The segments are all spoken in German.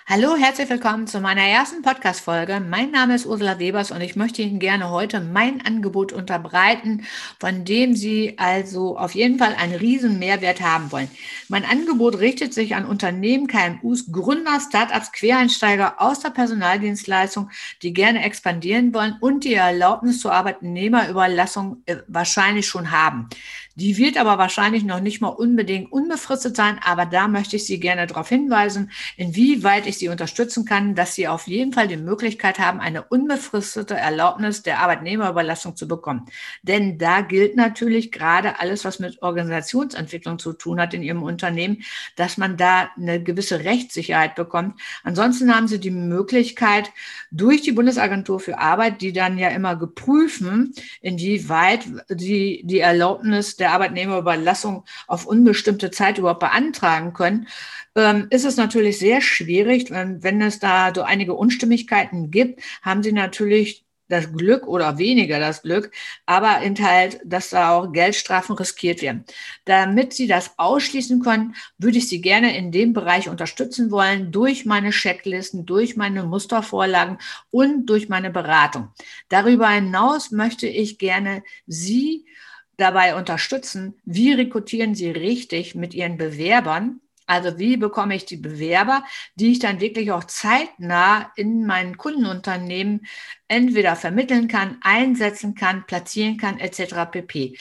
Hallo, herzlich willkommen zu meiner ersten Podcast-Folge. Mein Name ist Ursula Webers und ich möchte Ihnen gerne heute mein Angebot unterbreiten, von dem Sie also auf jeden Fall einen riesen Mehrwert haben wollen. Mein Angebot richtet sich an Unternehmen, KMUs, Gründer, Startups, Quereinsteiger aus der Personaldienstleistung, die gerne expandieren wollen und die Erlaubnis zur Arbeitnehmerüberlassung wahrscheinlich schon haben. Die wird aber wahrscheinlich noch nicht mal unbedingt unbefristet sein, aber da möchte ich Sie gerne darauf hinweisen, inwieweit ich Sie unterstützen kann, dass Sie auf jeden Fall die Möglichkeit haben, eine unbefristete Erlaubnis der Arbeitnehmerüberlassung zu bekommen. Denn da gilt natürlich gerade alles, was mit Organisationsentwicklung zu tun hat in Ihrem Unternehmen, dass man da eine gewisse Rechtssicherheit bekommt. Ansonsten haben Sie die Möglichkeit, durch die Bundesagentur für Arbeit, die dann ja immer geprüfen, inwieweit Sie die Erlaubnis der Arbeitnehmerüberlassung auf unbestimmte Zeit überhaupt beantragen können, ist es natürlich sehr schwierig. Wenn es da so einige Unstimmigkeiten gibt, haben Sie natürlich das Glück oder weniger das Glück, aber halt, dass da auch Geldstrafen riskiert werden. Damit Sie das ausschließen können, würde ich Sie gerne in dem Bereich unterstützen wollen, durch meine Checklisten, durch meine Mustervorlagen und durch meine Beratung. Darüber hinaus möchte ich gerne Sie dabei unterstützen, wie rekrutieren Sie richtig mit Ihren Bewerbern. Also wie bekomme ich die Bewerber, die ich dann wirklich auch zeitnah in meinen Kundenunternehmen entweder vermitteln kann, einsetzen kann, platzieren kann, etc. pp.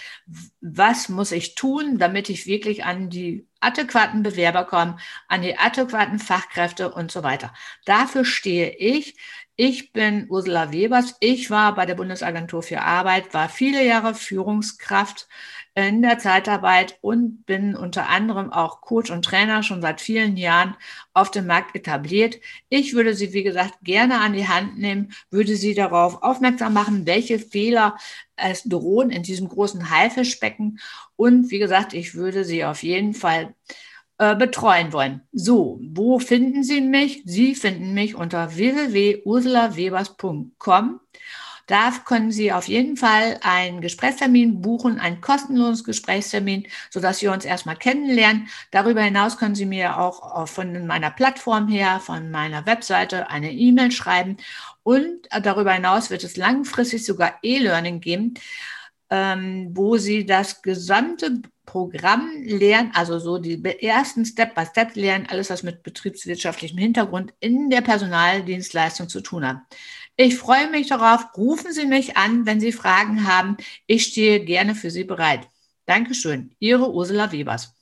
Was muss ich tun, damit ich wirklich an die adäquaten Bewerber komme, an die adäquaten Fachkräfte und so weiter. Dafür stehe ich. Ich bin Ursula Webers. Ich war bei der Bundesagentur für Arbeit, war viele Jahre Führungskraft in der Zeitarbeit und bin unter anderem auch Coach und Trainer schon seit vielen Jahren auf dem Markt etabliert. Ich würde Sie, wie gesagt, gerne an die Hand nehmen, würde Sie darauf aufmerksam machen, welche Fehler es drohen in diesem großen Haifischbecken. Und wie gesagt, ich würde Sie auf jeden Fall betreuen wollen. So, wo finden Sie mich? Sie finden mich unter www.ursulawebers.com. Da können Sie auf jeden Fall einen Gesprächstermin buchen, einen kostenlosen Gesprächstermin, sodass wir uns erstmal kennenlernen. Darüber hinaus können Sie mir auch von meiner Plattform her, von meiner Webseite eine E-Mail schreiben. Und darüber hinaus wird es langfristig sogar E-Learning geben, wo Sie das gesamte Programm lernen, also so die ersten Step-by-Step lernen, alles was mit betriebswirtschaftlichem Hintergrund in der Personaldienstleistung zu tun hat. Ich freue mich darauf. Rufen Sie mich an, wenn Sie Fragen haben. Ich stehe gerne für Sie bereit. Dankeschön. Ihre Ursula Webers.